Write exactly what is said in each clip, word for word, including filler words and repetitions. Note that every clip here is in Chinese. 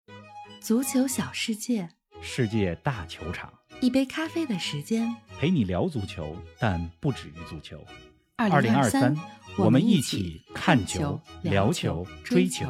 足球小世界， 世界大球场， 一杯咖啡的时间， 陪你聊足球，但不止于足球。 二零二三， 我们一起看球、聊球、追球。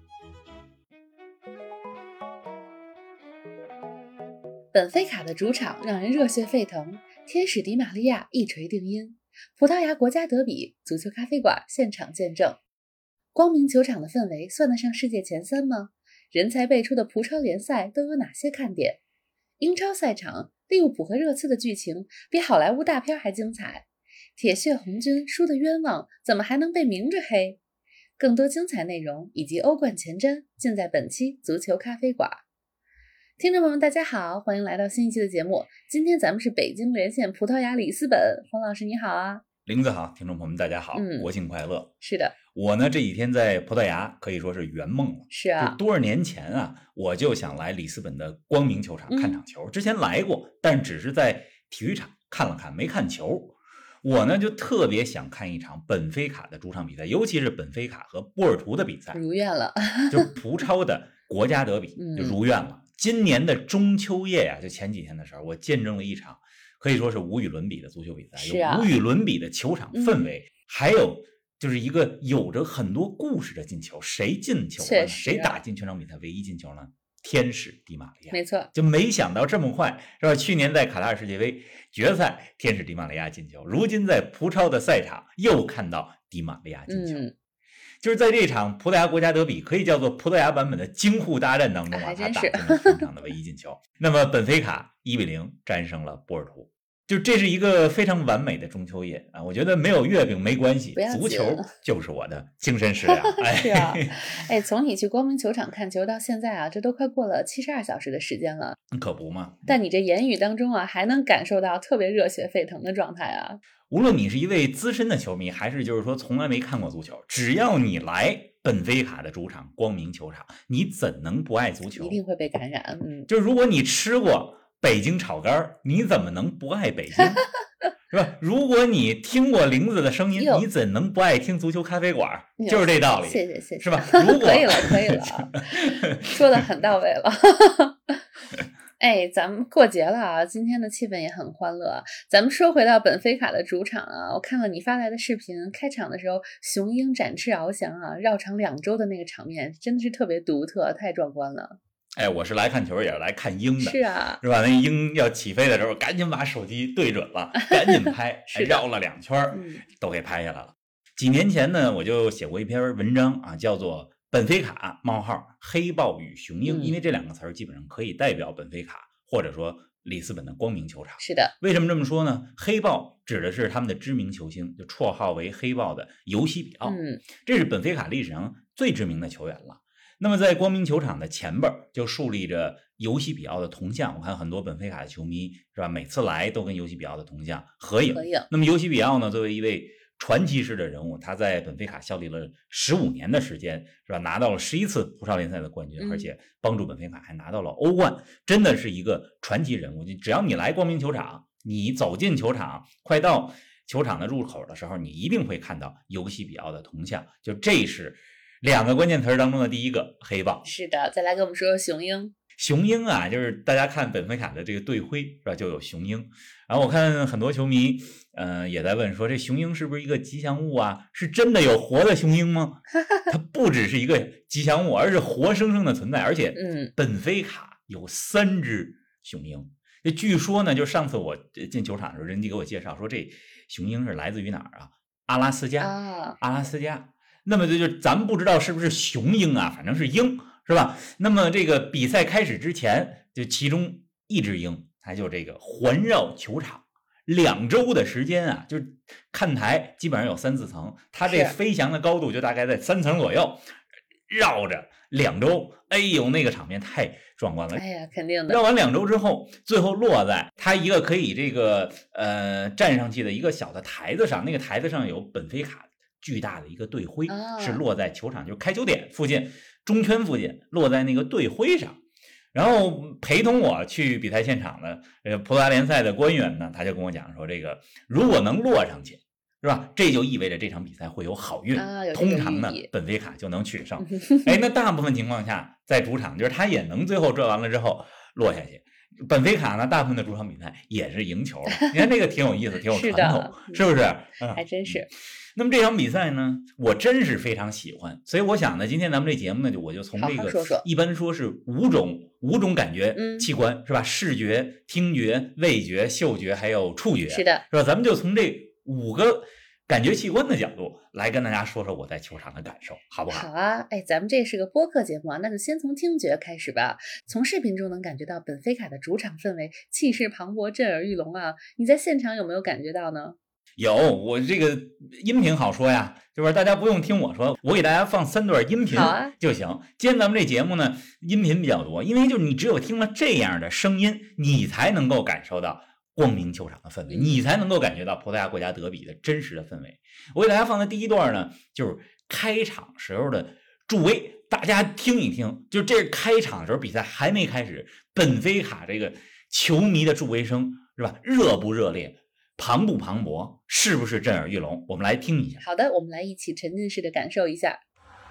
本菲卡的主场让人热血沸腾，天使迪玛利亚一锤定音，葡萄牙国家德比，足球咖啡馆现场见证。光明球场的氛围算得上世界前三吗？人才辈出的葡超联赛都有哪些看点？英超赛场利物浦和热刺的剧情比好莱坞大片还精彩，铁血红军输得冤枉，怎么还能被明着黑？更多精彩内容以及欧冠前瞻尽在本期足球咖啡馆。听众朋友们大家好，欢迎来到新一期的节目。今天咱们是北京连线葡萄牙里斯本，黄老师你好啊。 林子好，听众朋友们大家好、 嗯、 国庆快乐。 是的， 我呢这几天在葡萄牙可以说是圆梦了。 是啊， 多少年前啊我就想来里斯本的光明球场看场球、嗯、之前来过，但只是在体育场看了看，没看球。我呢就特别想看一场本菲卡的主场比赛，尤其是本菲卡和波尔图的比赛， 如愿了就是葡超的国家德比就如愿了、嗯、今年的中秋夜呀、啊，就前几天的时候，我见证了一场可以说是无与伦比的足球比赛， 是啊、 有无与伦比的球场氛围、嗯、还有就是一个有着很多故事的进球。谁进球了、啊、谁打进全场比赛唯一进球呢？天使迪玛利亚。 没错， 就没想到这么快，是吧？去年在卡塔尔世界杯决赛天使迪玛利亚进球，如今在葡超的赛场又看到迪玛利亚进球、嗯、就是在这场葡萄牙国家德比可以叫做葡萄牙版本的京沪大战当中啊，他打进了全场的唯一进球那么本菲卡一比零战胜了波尔图，就这是一个非常完美的中秋夜啊！我觉得没有月饼没关系，足球就是我的精神食粮。哎， 是啊，哎，从你去光明球场看球到现在啊，这都快过了七十二小时的时间了， 可不嘛？ 但你这言语当中啊，还能感受到特别热血沸腾的状态啊！ 无论你是一位资深的球迷，还是就是说从来没看过足球，只要你来本菲卡的主场光明球场，你怎能不爱足球？ 一定会被感染。嗯， 就是如果你吃过北京炒肝，你怎么能不爱北京？是吧？如果你听过玲子的声音，你怎能不爱听足球咖啡馆？就是这道理。 谢谢谢谢， 是吧？如果可以了可以了，说的很到位了。哎，咱们过节了啊，今天的气氛也很欢乐。咱们说回到本菲卡的主场啊，我看了你发来的视频，开场的时候雄鹰展翅翱翔啊，绕场两周的那个场面真的是特别独特，太壮观了。 哎，我是来看球也是来看鹰的， 是啊， 是吧？那鹰要起飞的时候，赶紧把手机对准了，赶紧拍，绕了两圈、嗯、都给拍下来了。几年前呢，我就写过一篇文章啊，叫做本菲卡冒号黑豹与雄鹰、嗯、因为这两个词儿基本上可以代表本菲卡或者说里斯本的光明球场。 是的， 为什么这么说呢？黑豹指的是他们的知名球星，就绰号为黑豹的尤西比奥、 嗯、 这是本菲卡历史上最知名的球员了。那么在光明球场的前边就树立着尤西比奥的铜像，我看很多本菲卡的球迷是吧，每次来都跟尤西比奥的铜像合影。 合影。 那么尤西比奥呢，作为一位传奇式的人物，他在本菲卡效力了十五年的时间，是吧？拿到了十一次葡超联赛的冠军、嗯，而且帮助本菲卡还拿到了欧冠，真的是一个传奇人物。只要你来光明球场，你走进球场，快到球场的入口的时候，你一定会看到尤西比奥的铜像。就这是两个关键词当中的第一个，黑豹。 是的，再来给我们说说雄鹰。 雄鹰啊，就是大家看本菲卡的这个队徽是吧，就有雄鹰。然后我看很多球迷，呃，也在问说，这雄鹰是不是一个吉祥物啊？是真的有活的雄鹰吗？它不只是一个吉祥物，而是活生生的存在。而且， 嗯， 本菲卡有三只雄鹰。这据说呢，就上次我进球场的时候，人家给我介绍说，这雄鹰是来自于哪儿啊？阿拉斯加， 啊、 阿拉斯加。那么就咱们不知道是不是雄鹰啊，反正是鹰，是吧？那么这个比赛开始之前，就其中一只鹰，它就这个环绕球场两周的时间啊，就是看台基本上有三四层，它这飞翔的高度就大概在三层左右，绕着两周，哎呦，那个场面太壮观了。 哎呀，肯定的。 绕完两周之后，最后落在它一个可以这个呃站上去的一个小的台子上，那个台子上有本菲卡巨大的一个队徽、哦、是落在球场，就是开球点附近中圈附近，落在那个队徽上。然后陪同我去比赛现场的呃葡萄牙联赛的官员呢，他就跟我讲说，这个如果能落上去是吧？这就意味着这场比赛会有好运， 啊、有通常呢，本菲卡就能取胜。哎，那大部分情况下，在主场就是他也能最后转完了之后落下去。本菲卡呢，大部分的主场比赛也是赢球了。你看这个挺有意思，挺有传统，是, 是不是？ 嗯，还真是。 那么这场比赛呢，我真是非常喜欢，所以我想呢，今天咱们这节目呢，就我就从这个好好说说一般说是五种五种感觉器官、 嗯、 是吧？视觉、听觉、味觉、嗅觉，还有触觉， 是的， 是吧？咱们就从这五个感觉器官的角度来跟大家说说我在球场的感受，好不好？ 好啊，哎，咱们这是个播客节目啊，那就先从听觉开始吧。从视频中能感觉到本菲卡的主场氛围气势磅礴、震耳欲聋啊，你在现场有没有感觉到呢？ 有，我这个音频好说呀，就是大家不用听我说，我给大家放三段音频就行。 啊、 今天咱们这节目呢，音频比较多，因为就是你只有听了这样的声音，你才能够感受到光明球场的氛围，你才能够感觉到葡萄牙国家德比的真实的氛围。我给大家放的第一段呢，就是开场时候的助威，大家听一听，就是这开场的时候比赛还没开始，本菲卡这个球迷的助威声是吧？热不热烈？磅不磅礴，是不是震耳欲聋？我们来听一下。 好的，我们来一起沉浸式的感受一下。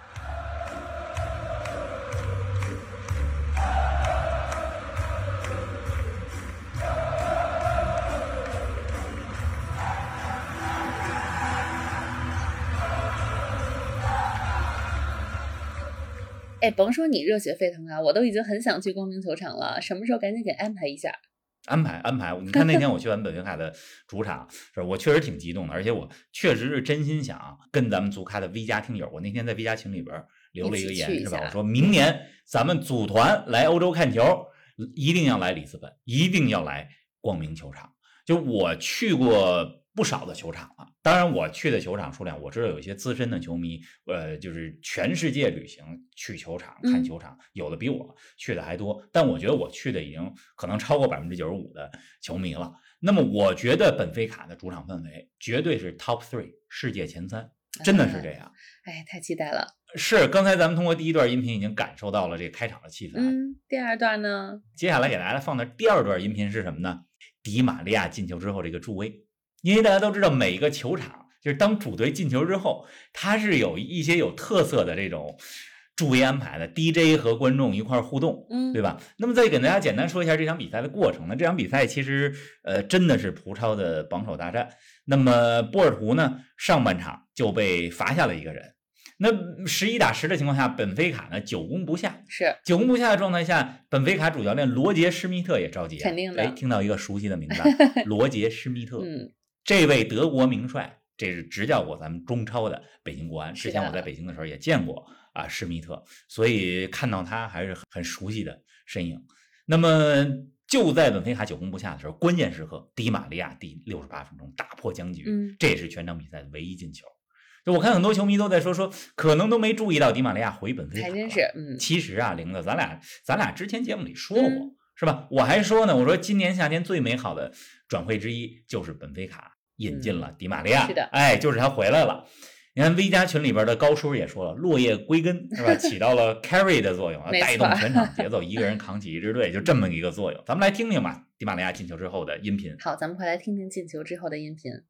哎，甭说你热血沸腾啊，我都已经很想去光明球场了，什么时候赶紧给安排一下。 安排安排，你看那天我去完本菲卡的主场，是我确实挺激动的，而且我确实是真心想跟咱们足咖的 V 加听友，我那天在 V 加群里边留了一个言，是吧？我说明年咱们组团来欧洲看球，一定要来里斯本，一定要来光明球场。就我去过不少的球场了，当然我去的球场数量，我知道有一些资深的球迷，呃，就是全世界旅行去球场看球场，嗯、有的比我去的还多，但我觉得我去的已经可能超过百分之九十五的球迷了。那么我觉得本菲卡的主场氛围绝对是 top three 世界前三，真的是这样。 哎，太期待了。 是，刚才咱们通过第一段音频已经感受到了这个开场的气氛。 嗯，第二段呢？ 接下来给大家放的第二段音频是什么呢？迪玛利亚进球之后这个助威。因为大家都知道，每个球场就是当主队进球之后，它是有一些有特色的这种助威安排的 ，D J 和观众一块互动， 嗯， 对吧？那么再给大家简单说一下这场比赛的过程呢。这场比赛其实呃真的是葡超的榜首大战。那么波尔图呢，上半场就被罚下了一个人。那十一打十的情况下，本菲卡呢久攻不下， 是久攻不下的状态下，本菲卡主教练罗杰施密特也着急、啊， 肯定的。 哎，听到一个熟悉的名字，罗杰施密特， 嗯。 这位德国名帅，这是执教过咱们中超的北京国安。之前我在北京的时候也见过啊施密特，所以看到他还是很熟悉的身影。那么就在本菲卡久攻不下的时候，关键时刻，迪玛利亚第六十八分钟打破僵局， 嗯， 这也是全场比赛的唯一进球。就我看很多球迷都在说说，可能都没注意到迪玛利亚回本菲卡了。 还真是，嗯， 其实啊，玲子，咱俩咱俩之前节目里说过。嗯，是吧？我还说呢，我说今年夏天最美好的转会之一就是本菲卡引进了迪玛利亚， 嗯、是的， 哎，就是他回来了。你看 V 加群里边的高叔也说了，落叶归根是吧？起到了 carry 的作用，带动全场节奏，一个人扛起一支队，就这么一个作用。咱们来听听吧，迪玛利亚进球之后的音频。 好，咱们快来听听进球之后的音频。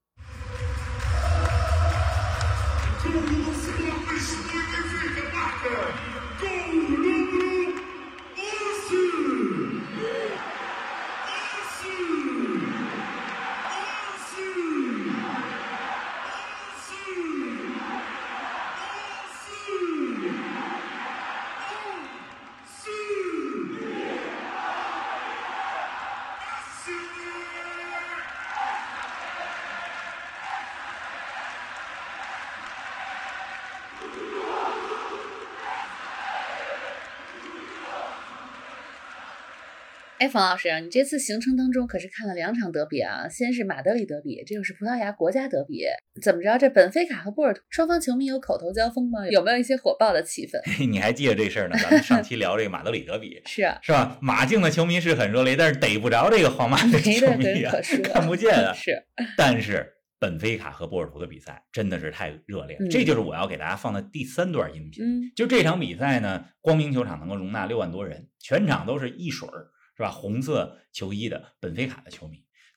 哎，冯老师，你这次行程当中可是看了两场德比啊，先是马德里德比，这又是葡萄牙国家德比，怎么着？这本菲卡和波尔图双方球迷有口头交锋吗？有没有一些火爆的气氛？ 你还记得这事儿呢？咱们上期聊这个马德里德比， 是啊， 是吧？马竞的球迷是很热烈，但是逮不着这个皇马的球迷啊，看不见啊。 是， 但是本菲卡和波尔图的比赛真的是太热烈了， 嗯、 这就是我要给大家放的第三段音频。 嗯， 就这场比赛呢，光明球场能够容纳六万多人，全场都是一水儿。是吧？红色球衣的本菲卡的球迷，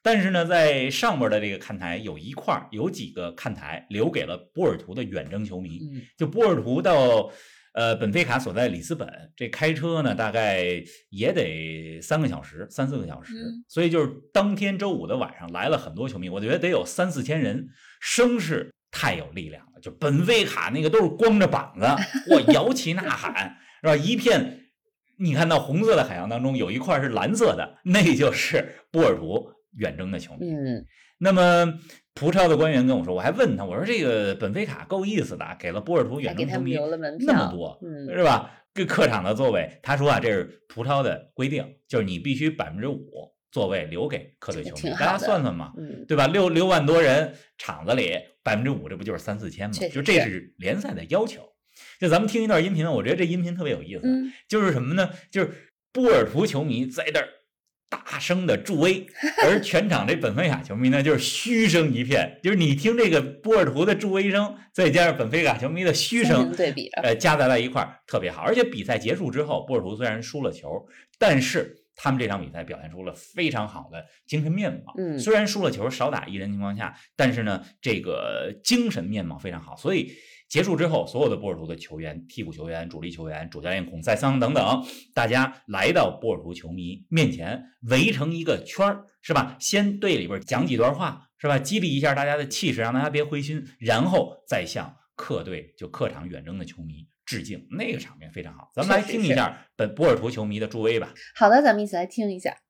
但是呢，在上边的这个看台有一块有几个看台留给了波尔图的远征球迷。 嗯， 就波尔图到呃本菲卡所在里斯本，这开车呢大概也得三个小时，三四个小时。 嗯、 所以就是当天周五的晚上来了很多球迷，我觉得得有三四千人，声势太有力量了。就本菲卡那个都是光着膀子，哇，摇旗呐喊，是吧？一片。你看到红色的海洋当中有一块是蓝色的，那就是波尔图远征的球迷。 嗯， 那么葡超的官员跟我说，我还问他，我说这个本菲卡够意思的，给了波尔图远征球迷那么多， 嗯， 是吧？这客场的座位，他说啊，这是葡超的规定，就是你必须百分之五座位留给客队球迷，大家算算嘛， 嗯、 对吧？六六万多人场子里百分之五，这不就是三四千吗？就这是联赛的要求。就咱们听一段音频，我觉得这音频特别有意思， 嗯、 就是什么呢？就是波尔图球迷在这儿大声的助威，而全场这本菲卡球迷呢就是嘘声一片，就是你听这个波尔图的助威声，再加上本菲卡球迷的嘘声， 对比， 呃，加在在一块儿特别好。而且比赛结束之后，波尔图虽然输了球，但是他们这场比赛表现出了非常好的精神面貌。 嗯， 虽然输了球，少打一人情况下，但是呢，这个精神面貌非常好，所以。结束之后，所有的波尔图的球员、替补球员、主力球员、主教练孔塞桑等等，大家来到波尔图球迷面前，围成一个圈儿，是吧？先队里边讲几段话，是吧？激励一下大家的气势，让大家别灰心，然后再向客队就客场远征的球迷致敬，那个场面非常好。咱们来听一下本波尔图球迷的助威吧。 好的，咱们一起来听一下。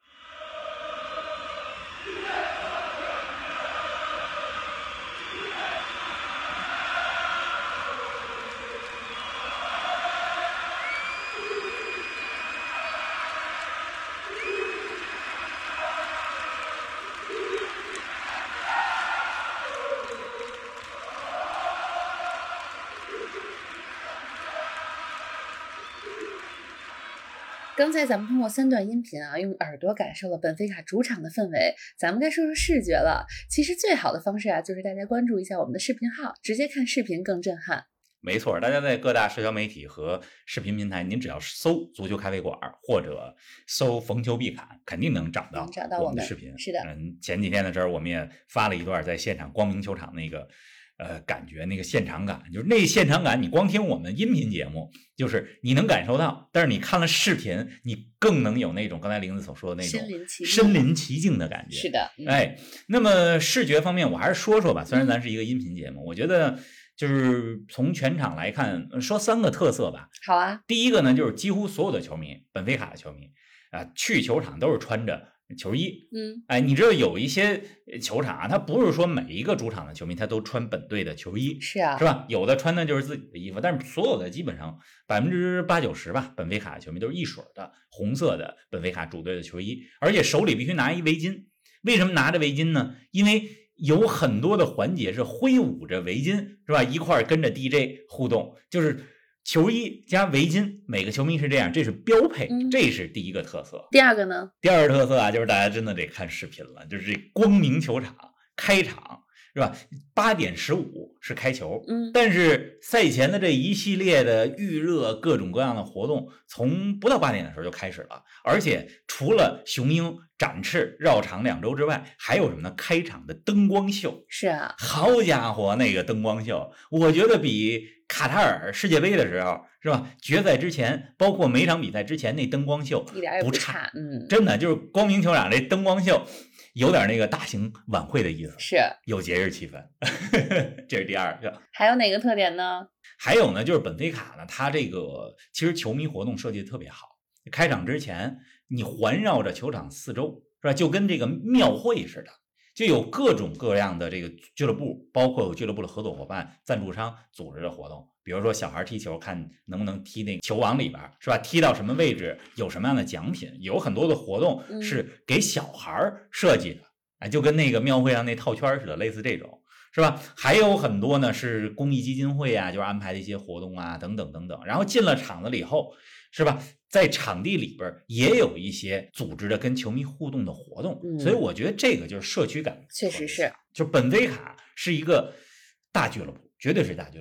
刚才咱们通过三段音频啊，用耳朵感受了本菲卡主场的氛围，咱们该说说视觉了。其实最好的方式啊，就是大家关注一下我们的视频号，直接看视频更震撼。 没错，大家在各大社交媒体和视频平台，您只要搜足球咖啡馆或者搜逢球必侃，肯定能找到找到我们的视频。 是的， 嗯，前几天的时候我们也发了一段在现场光明球场那个呃感觉，那个现场感，就是那现场感，你光听我们音频节目，就是你能感受到，但是你看了视频，你更能有那种刚才玲子所说的那种身临其境的感觉。 是的， 嗯、哎，那么视觉方面，我还是说说吧，虽然咱是一个音频节目，嗯、我觉得。就是从全场来看，说三个特色吧。 好啊， 第一个呢，就是几乎所有的球迷，本菲卡的球迷啊，去球场都是穿着球衣。 嗯， 哎，你知道有一些球场啊，它不是说每一个主场的球迷他都穿本队的球衣， 是啊， 是吧？有的穿的就是自己的衣服，但是所有的基本上百分之八九十吧，本菲卡的球迷都是一水的红色的本菲卡主队的球衣，而且手里必须拿一围巾。为什么拿着围巾呢？因为有很多的环节是挥舞着围巾，是吧？一块跟着 D J 互动，就是球衣加围巾，每个球迷是这样，这是标配， 嗯、 这是第一个特色。 第二个呢？ 第二个特色啊，就是大家真的得看视频了，就是这光明球场开场是吧？八点十五是开球， 嗯， 但是赛前的这一系列的预热各种各样的活动，从不到八点的时候就开始了，而且除了雄鹰展翅绕场两周之外，还有什么呢？开场的灯光秀。 是啊， 好家伙，那个灯光秀，我觉得比卡塔尔世界杯的时候是吧？决赛之前，包括每场比赛之前那灯光秀一点也不差， 嗯， 真的就是光明球场这灯光秀。有点那个大型晚会的意思， 是有节日气氛，这是第二个。 还有哪个特点呢？ 还有呢，就是本菲卡呢，它这个其实球迷活动设计的特别好。开场之前，你环绕着球场四周，是吧？就跟这个庙会似的，就有各种各样的这个俱乐部，包括有俱乐部的合作伙伴、赞助商组织的活动。比如说小孩踢球，看能不能踢那个球网里边，是吧？踢到什么位置，有什么样的奖品，有很多的活动是给小孩设计的，哎、嗯，就跟那个庙会上那套圈似的，类似这种，是吧？还有很多呢是公益基金会啊，就是安排的一些活动啊，等等等等。然后进了场子了以后，是吧？在场地里边也有一些组织的跟球迷互动的活动， 嗯、 所以我觉得这个就是社区感， 确实是， 就本菲卡是一个大俱乐部，绝对是大俱乐部。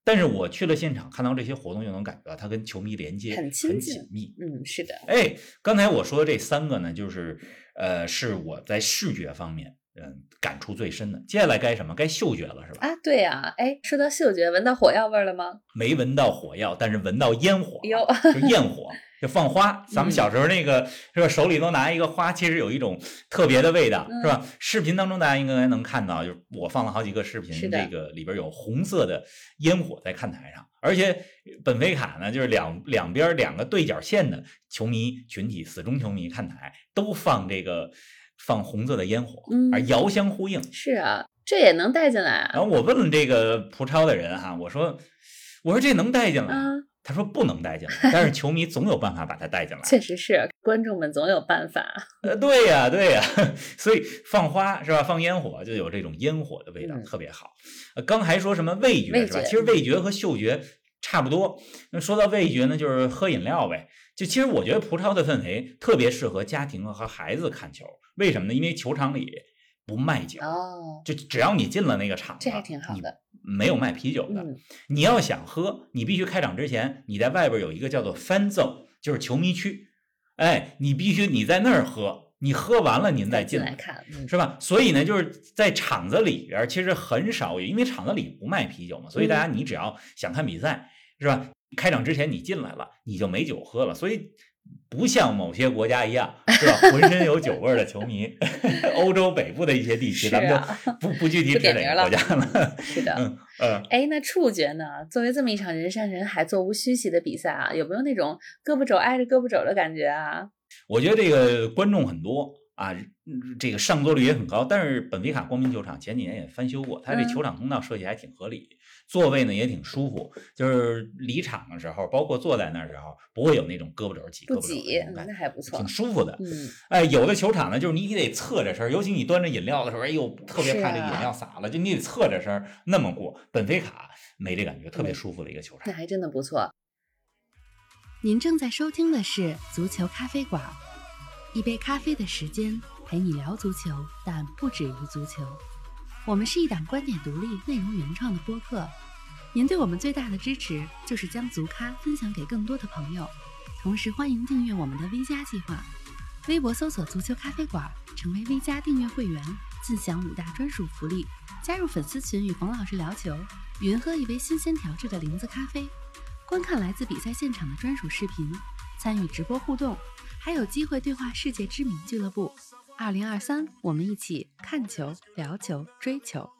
但是我去了现场，看到这些活动，又能感觉到它跟球迷连接很亲紧密。 嗯，是的。 哎，刚才我说的这三个呢，就是呃，是我在视觉方面嗯感触最深的。接下来该什么？该嗅觉了，是吧？ 啊，对呀、啊。哎，说到嗅觉，闻到火药味了吗？ 没闻到火药，但是闻到烟火， 有就焰火。就放花，咱们小时候那个、嗯、是吧？手里都拿一个花，其实有一种特别的味道，嗯、是吧？视频当中大家应该能看到，就是我放了好几个视频，这个里边有红色的烟火在看台上，而且本菲卡呢，就是两两边两个对角线的球迷群体，死忠球迷看台都放这个放红色的烟火，嗯、而遥相呼应。 是啊，这也能带进来啊。 然后我问了这个葡超的人哈，我说我说这能带进来？ 嗯他说不能带进来，但是球迷总有办法把它带进来。 确实是，观众们总有办法。 呃，对呀，对呀，所以放花是吧？放烟火就有这种烟火的味道，嗯、特别好。呃，刚还说什么味觉是吧？其实味觉和嗅觉差不多。那说到味觉呢，就是喝饮料呗。就其实我觉得葡超的氛围特别适合家庭和孩子看球，为什么呢？因为球场里不卖酒， 哦， 就只要你进了那个场子， 这还挺好的。 没有卖啤酒的， 嗯、 你要想喝，你必须开场之前，你在外边有一个叫做 fan zone， 就是球迷区，哎，你必须你在那儿喝，你喝完了您再进来看，嗯、 是吧？所以呢，就是在场子里边其实很少，因为场子里不卖啤酒嘛，所以大家你只要想看比赛，是吧？开场之前你进来了，你就没酒喝了，所以。不像某些国家一样，是吧？浑身有酒味的球迷，欧洲北部的一些地区，咱们就不不具体指哪个国家了。 是的， 嗯嗯。 哎，那触觉呢？作为这么一场人山人海、座无虚席的比赛啊，有没有那种胳膊肘挨着胳膊肘的感觉啊？ 我觉得这个观众很多啊，这个上座率也很高。但是本菲卡光明球场前几年也翻修过，它这球场通道设计还挺合理。嗯座位呢也挺舒服，就是离场的时候，包括坐在那儿的时候，不会有那种胳膊肘挤胳膊肘的那种感觉， 那还不错， 挺舒服的。 嗯， 哎，有的球场呢，就是你得侧着身，尤其你端着饮料的时候，哎呦，特别怕这个饮料洒了，啊、就你得侧着身那么过。本菲卡没这感觉，特别舒服的一个球场， 那还真的不错。 您正在收听的是足球咖啡馆，一杯咖啡的时间陪你聊足球，但不止于足球。我们是一档观点独立、内容原创的播客。您对我们最大的支持就是将足咖分享给更多的朋友，同时欢迎订阅我们的 V 加计划。微博搜索足球咖啡馆，成为 V 加订阅会员，自享五大专属福利：加入粉丝群与冯老师聊球，云喝一杯新鲜调制的零子咖啡，观看来自比赛现场的专属视频，参与直播互动，还有机会对话世界知名俱乐部。二零二三，我们一起看球、聊球、追球。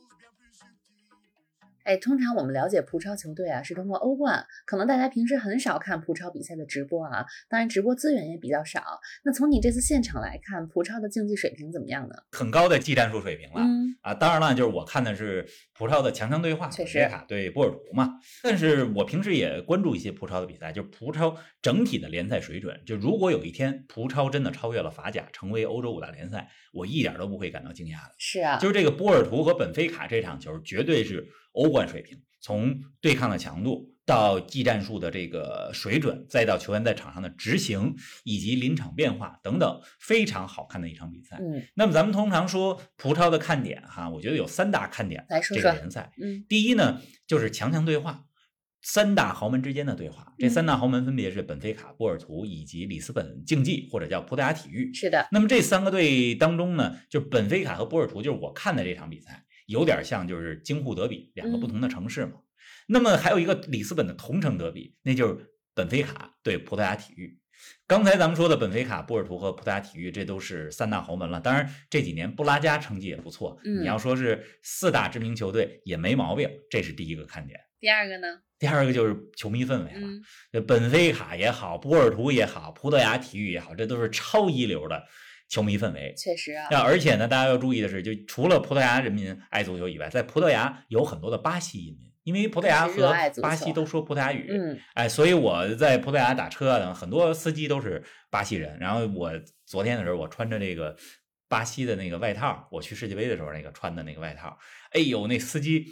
哎，通常我们了解葡超球队啊，是通过欧冠，可能大家平时很少看葡超比赛的直播啊，当然直播资源也比较少。那从你这次现场来看，葡超的竞技水平怎么样呢？ 很高的技战术水平了， 嗯啊，当然了，就是我看的是葡超的强强对话， 确实， 本菲卡对波尔图嘛。但是我平时也关注一些葡超的比赛，就是葡超整体的联赛水准。就如果有一天葡超真的超越了法甲，成为欧洲五大联赛，我一点都不会感到惊讶的。 是啊， 就是这个波尔图和本菲卡这场球绝对是欧冠水平，从对抗的强度到技战术的这个水准，再到球员在场上的执行以及临场变化等等，非常好看的一场比赛。 嗯， 那么咱们通常说葡超的看点哈，我觉得有三大看点。 来说说这个联赛， 嗯， 第一呢就是强强对话。三大豪门之间的对话，这三大豪门分别是本菲卡、波尔图以及里斯本竞技，或者叫葡萄牙体育。 是的。 那么这三个队当中呢，就本菲卡和波尔图，就是我看的这场比赛，有点像就是京沪德比，两个不同的城市嘛。嗯、那么还有一个里斯本的同城德比，那就是本菲卡对葡萄牙体育。刚才咱们说的本菲卡、波尔图和葡萄牙体育，这都是三大豪门了。当然这几年布拉加成绩也不错， 嗯、 你要说是四大知名球队也没毛病，这是第一个看点。 第二个呢？ 第二个就是球迷氛围了。 嗯、 本菲卡也好，波尔图也好，葡萄牙体育也好，这都是超一流的球迷氛围。 确实啊。 而且呢，大家要注意的是，就除了葡萄牙人民爱足球以外，在葡萄牙有很多的巴西移民，因为葡萄牙和巴西都说葡萄牙语。 嗯， 哎，所以我在葡萄牙打车等，很多司机都是巴西人。然后我昨天的时候，我穿着这个巴西的那个外套，我去世界杯的时候那个穿的那个外套，哎呦，那司机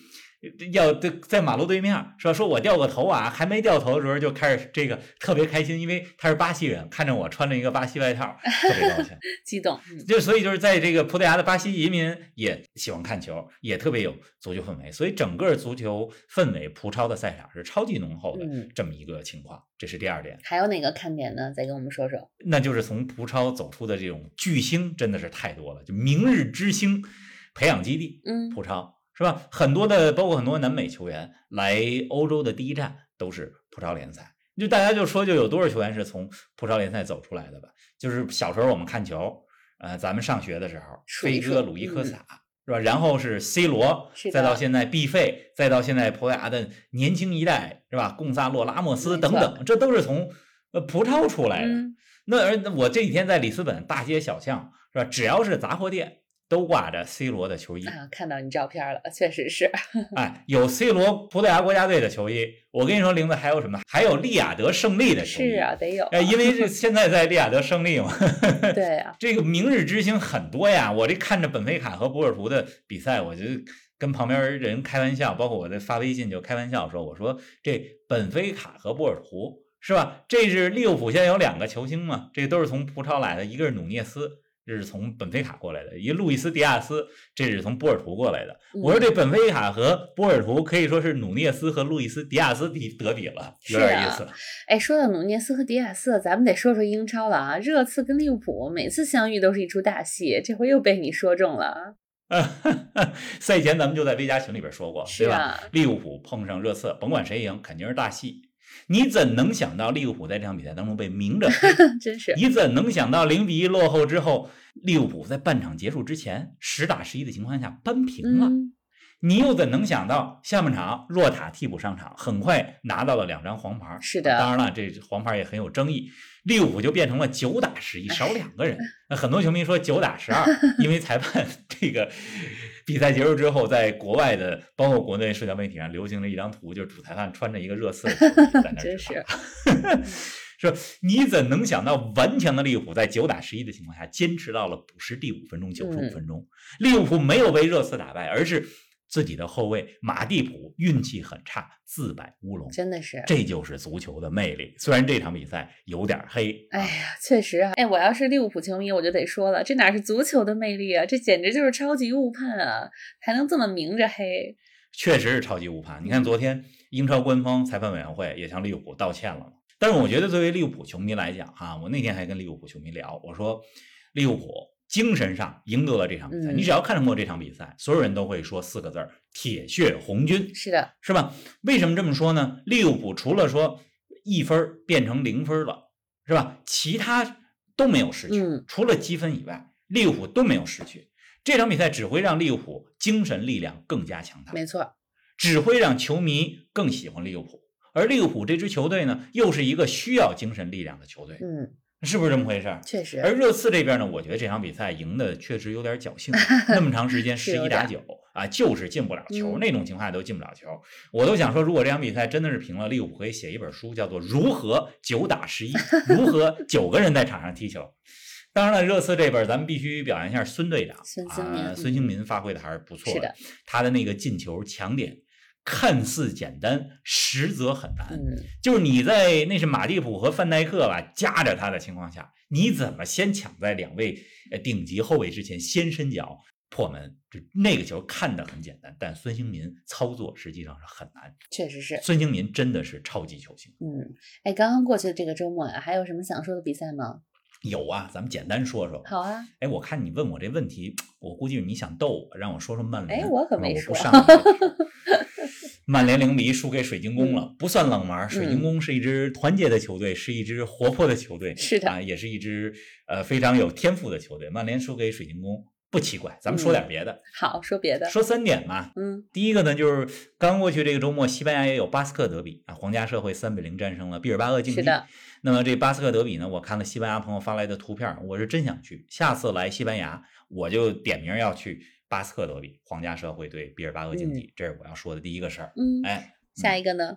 要在马路对面说说我掉个头啊，还没掉头的时候就开始这个特别开心，因为他是巴西人，看着我穿着一个巴西外套，特别高兴， 激动。 就所以就是在这个葡萄牙的巴西移民也喜欢看球，也特别有足球氛围，所以整个足球氛围，葡超的赛场是超级浓厚的这么一个情况。嗯，这是第二点。 还有哪个看点呢？再跟我们说说。 那就是从葡超走出的这种巨星真的是太多了，就明日之星培养基地， 嗯， 葡超。是吧？很多的，包括很多南美球员来欧洲的第一站都是葡超联赛。就大家就说，就有多少球员是从葡超联赛走出来的吧？就是小时候我们看球，呃，咱们上学的时候，飞哥、鲁伊科萨、嗯、是吧？然后是 C 罗，再到现在毕费，再到现在葡萄牙的年轻一代，是吧？贡萨洛、拉莫斯等等，这都是从呃葡超出来的。嗯、那而我这几天在里斯本大街小巷，是吧？只要是杂货店，都挂着 C 罗的球衣啊，看到你照片了，确实是。 哎，有 C 罗葡萄牙国家队的球衣，我跟你说，玲子还有什么？还有利雅得胜利的球衣。 是啊，得有。 哎，因为这现在在利雅得胜利嘛。 对啊。 这个明日之星很多呀，我这看着本菲卡和波尔图的比赛，我就跟旁边人开玩笑，包括我在发微信就开玩笑说，我说这本菲卡和波尔图是吧？这是利物浦现在有两个球星嘛，这都是从葡超来的，一个是努涅斯。这是从本菲卡过来的，一个路易斯·迪亚斯，这是从波尔图过来的。嗯、我说这本菲卡和波尔图可以说是努涅斯和路易斯·迪亚斯德比了，有点意思。 啊、哎，说到努涅斯和迪亚斯，咱们得说说英超了啊！热刺跟利物浦每次相遇都是一出大戏，这回又被你说中了。 赛前咱们就在微加群里边说过， 啊、 对吧？利物浦碰上热刺，甭管谁赢，肯定是大戏。你怎能想到利物浦在这场比赛当中被明着黑？ 真是！ 你怎能想到零比一落后之后，利物浦在半场结束之前十打十一的情况下扳平了？嗯、你又怎能想到下半场洛塔替补上场，很快拿到了两张黄牌？ 是的， 当然了，这黄牌也很有争议。利物浦就变成了九打十一，少两个人。那很多球迷说九打十二，因为裁判这个比赛结束之后，在国外的包括国内社交媒体上流行了一张图，就是主裁判穿着一个热刺的球衣在那真是。 说你怎能想到顽强的利物浦在九打十一的情况下坚持到了补时第五分钟、九十五分钟，嗯、利物浦没有被热刺打败，而是自己的后卫马蒂普运气很差，自摆乌龙。 真的是， 这就是足球的魅力。虽然这场比赛有点黑， 哎呀，确实啊，哎，我要是利物浦球迷，我就得说了，这哪是足球的魅力啊，这简直就是超级误判啊，还能这么明着黑。 确实是超级误判。你看昨天英超官方裁判委员会也向利物浦道歉了嘛。但是我觉得作为利物浦球迷来讲哈，我那天还跟利物浦球迷聊，我说利物浦精神上赢得了这场比赛， 嗯、 你只要看过这场比赛，所有人都会说四个字儿：铁血红军。 是的， 是吧？为什么这么说呢？利物浦除了说一分变成零分了，是吧？其他都没有失去， 嗯、 除了积分以外，利物浦都没有失去。这场比赛只会让利物浦精神力量更加强大， 没错， 只会让球迷更喜欢利物浦。而利物浦这支球队呢，又是一个需要精神力量的球队， 嗯， 是不是这么回事？ 确实。 而热刺这边呢，我觉得这场比赛赢的确实有点侥幸，那么长时间十一打九啊，就是进不了球， 嗯、 那种情况下都进不了球。我都想说，如果这场比赛真的是平了，利物浦可以写一本书，叫做《如何九打十一》，如何九个人在场上踢球。当然了，热刺这边咱们必须表扬一下孙队长孙兴民、 啊，孙兴民发挥的还是不错的， 的，他的那个进球强点。看似简单，实则很难。 嗯， 就是你在那是马蒂普和范戴克吧夹着他的情况下，你怎么先抢在两位顶级后卫之前先伸脚破门？就那个球看得很简单，但孙兴民操作实际上是很难。 确实是， 孙兴民真的是超级球星。 嗯，哎，刚刚过去的这个周末呀，还有什么想说的比赛吗？ 有啊，咱们简单说说。 好啊。 哎，我看你问我这问题，我估计你想逗我，让我说说曼联。 哎，我可没说。 我不上曼联零比一输给水晶宫了， 嗯、 不算冷门。水晶宫是一支团结的球队，嗯、是一支活泼的球队， 是的啊，也是一支呃非常有天赋的球队。曼联输给水晶宫不奇怪，咱们说点别的。 嗯、好，说别的， 说三点嘛。 嗯， 第一个呢，就是刚过去这个周末，西班牙也有巴斯克德比啊，皇家社会三比零战胜了毕尔巴鄂竞技。 是的。 那么这巴斯克德比呢，我看了西班牙朋友发来的图片，我是真想去。下次来西班牙，我就点名要去巴斯克德比，皇家社会对毕尔巴鄂竞技，嗯、这是我要说的第一个事儿。 嗯， 哎， 下一个呢？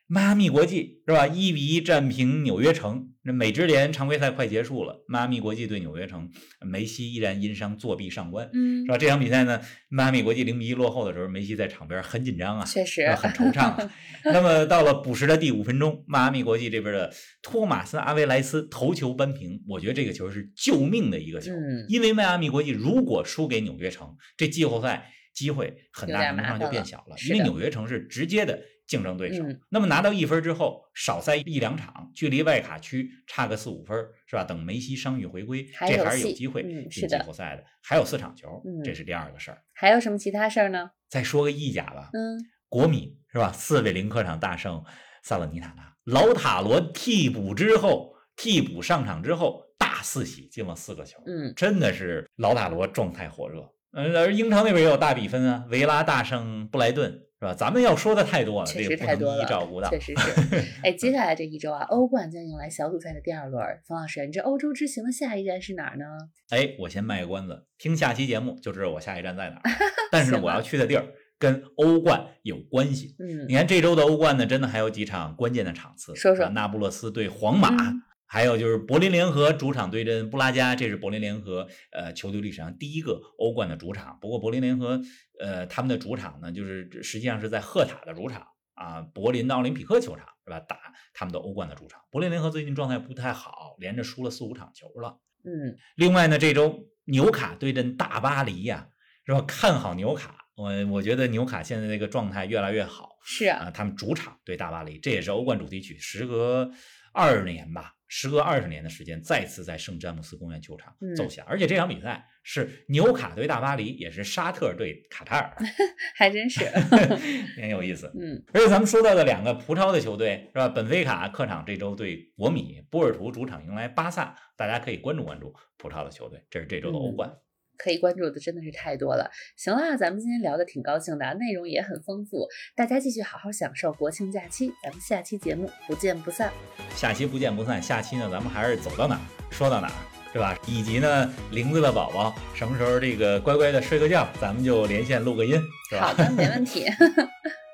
迈阿密国际是吧？一比一战平纽约城。那美职联常规赛快结束了，迈阿密国际对纽约城，梅西依然因伤作弊上官， 嗯， 是吧？这场比赛呢，迈阿密国际零比一落后的时候，梅西在场边很紧张啊， 确实很惆怅啊。那么到了补时的第五分钟，迈阿密国际这边的托马斯·阿维莱斯头球扳平，我觉得这个球是救命的一个球， 嗯、 因为迈阿密国际如果输给纽约城，这季后赛机会很大程度上就变小了，因为纽约城是直接的竞争对手。 嗯、 那么拿到一分之后，少赛一两场，距离外卡区差个四五分，是吧？等梅西伤愈回归，这还是有机会进季后赛的。嗯、还有四场球， 嗯、 这是第二个事儿。 还有什么其他事儿呢？ 再说个意甲吧， 嗯， 国米是吧？四比零客场大胜萨勒尼塔纳，老塔罗替补之后，替补上场之后大四喜，进了四个球， 嗯， 真的是老塔罗状态火热。嗯，而英超那边也有大比分啊，维拉大胜布莱顿，是吧？咱们要说的太多了， 确实太多了， 这个不能一一照顾到。 确实是。哎，接下来这一周啊，欧冠将迎来小组赛的第二轮。冯老师，你这欧洲之行的下一站是哪儿呢？ 哎，我先卖个关子，听下期节目就知道我下一站在哪儿。但是呢，我要去的地儿跟欧冠有关系。 嗯， 你看这周的欧冠呢，真的还有几场关键的场次， 说说那不勒斯对皇马。嗯，还有就是柏林联合主场对阵布拉加，这是柏林联合呃球队历史上第一个欧冠的主场。不过柏林联合呃他们的主场呢，就是实际上是在赫塔的主场啊，柏林的奥林匹克球场是吧？打他们的欧冠的主场。柏林联合最近状态不太好，连着输了四五场球了。 嗯， 另外呢，这周纽卡对阵大巴黎呀、啊，是吧？看好纽卡。我我觉得纽卡现在这个状态越来越好。 是啊， 啊他们主场对大巴黎，这也是欧冠主题曲，时隔二十年吧。时隔二十年的时间，再次在圣詹姆斯公园球场奏响，嗯、而且这场比赛是纽卡对大巴黎，也是沙特对卡塔尔， 还真是很有意思。 嗯， 而且咱们说到的两个葡超的球队是吧？本菲卡客场这周对国米，波尔图主场迎来巴萨，大家可以关注关注葡超的球队，这是这周的欧冠。 嗯，可以关注的真的是太多了。行了，咱们今天聊的挺高兴的，内容也很丰富，大家继续好好享受国庆假期，咱们下期节目不见不散。 下期不见不散，下期呢咱们还是走到哪儿说到哪儿，对吧？以及呢玲子的宝宝什么时候这个乖乖的睡个觉，咱们就连线录个音，是吧？ 好的，没问题。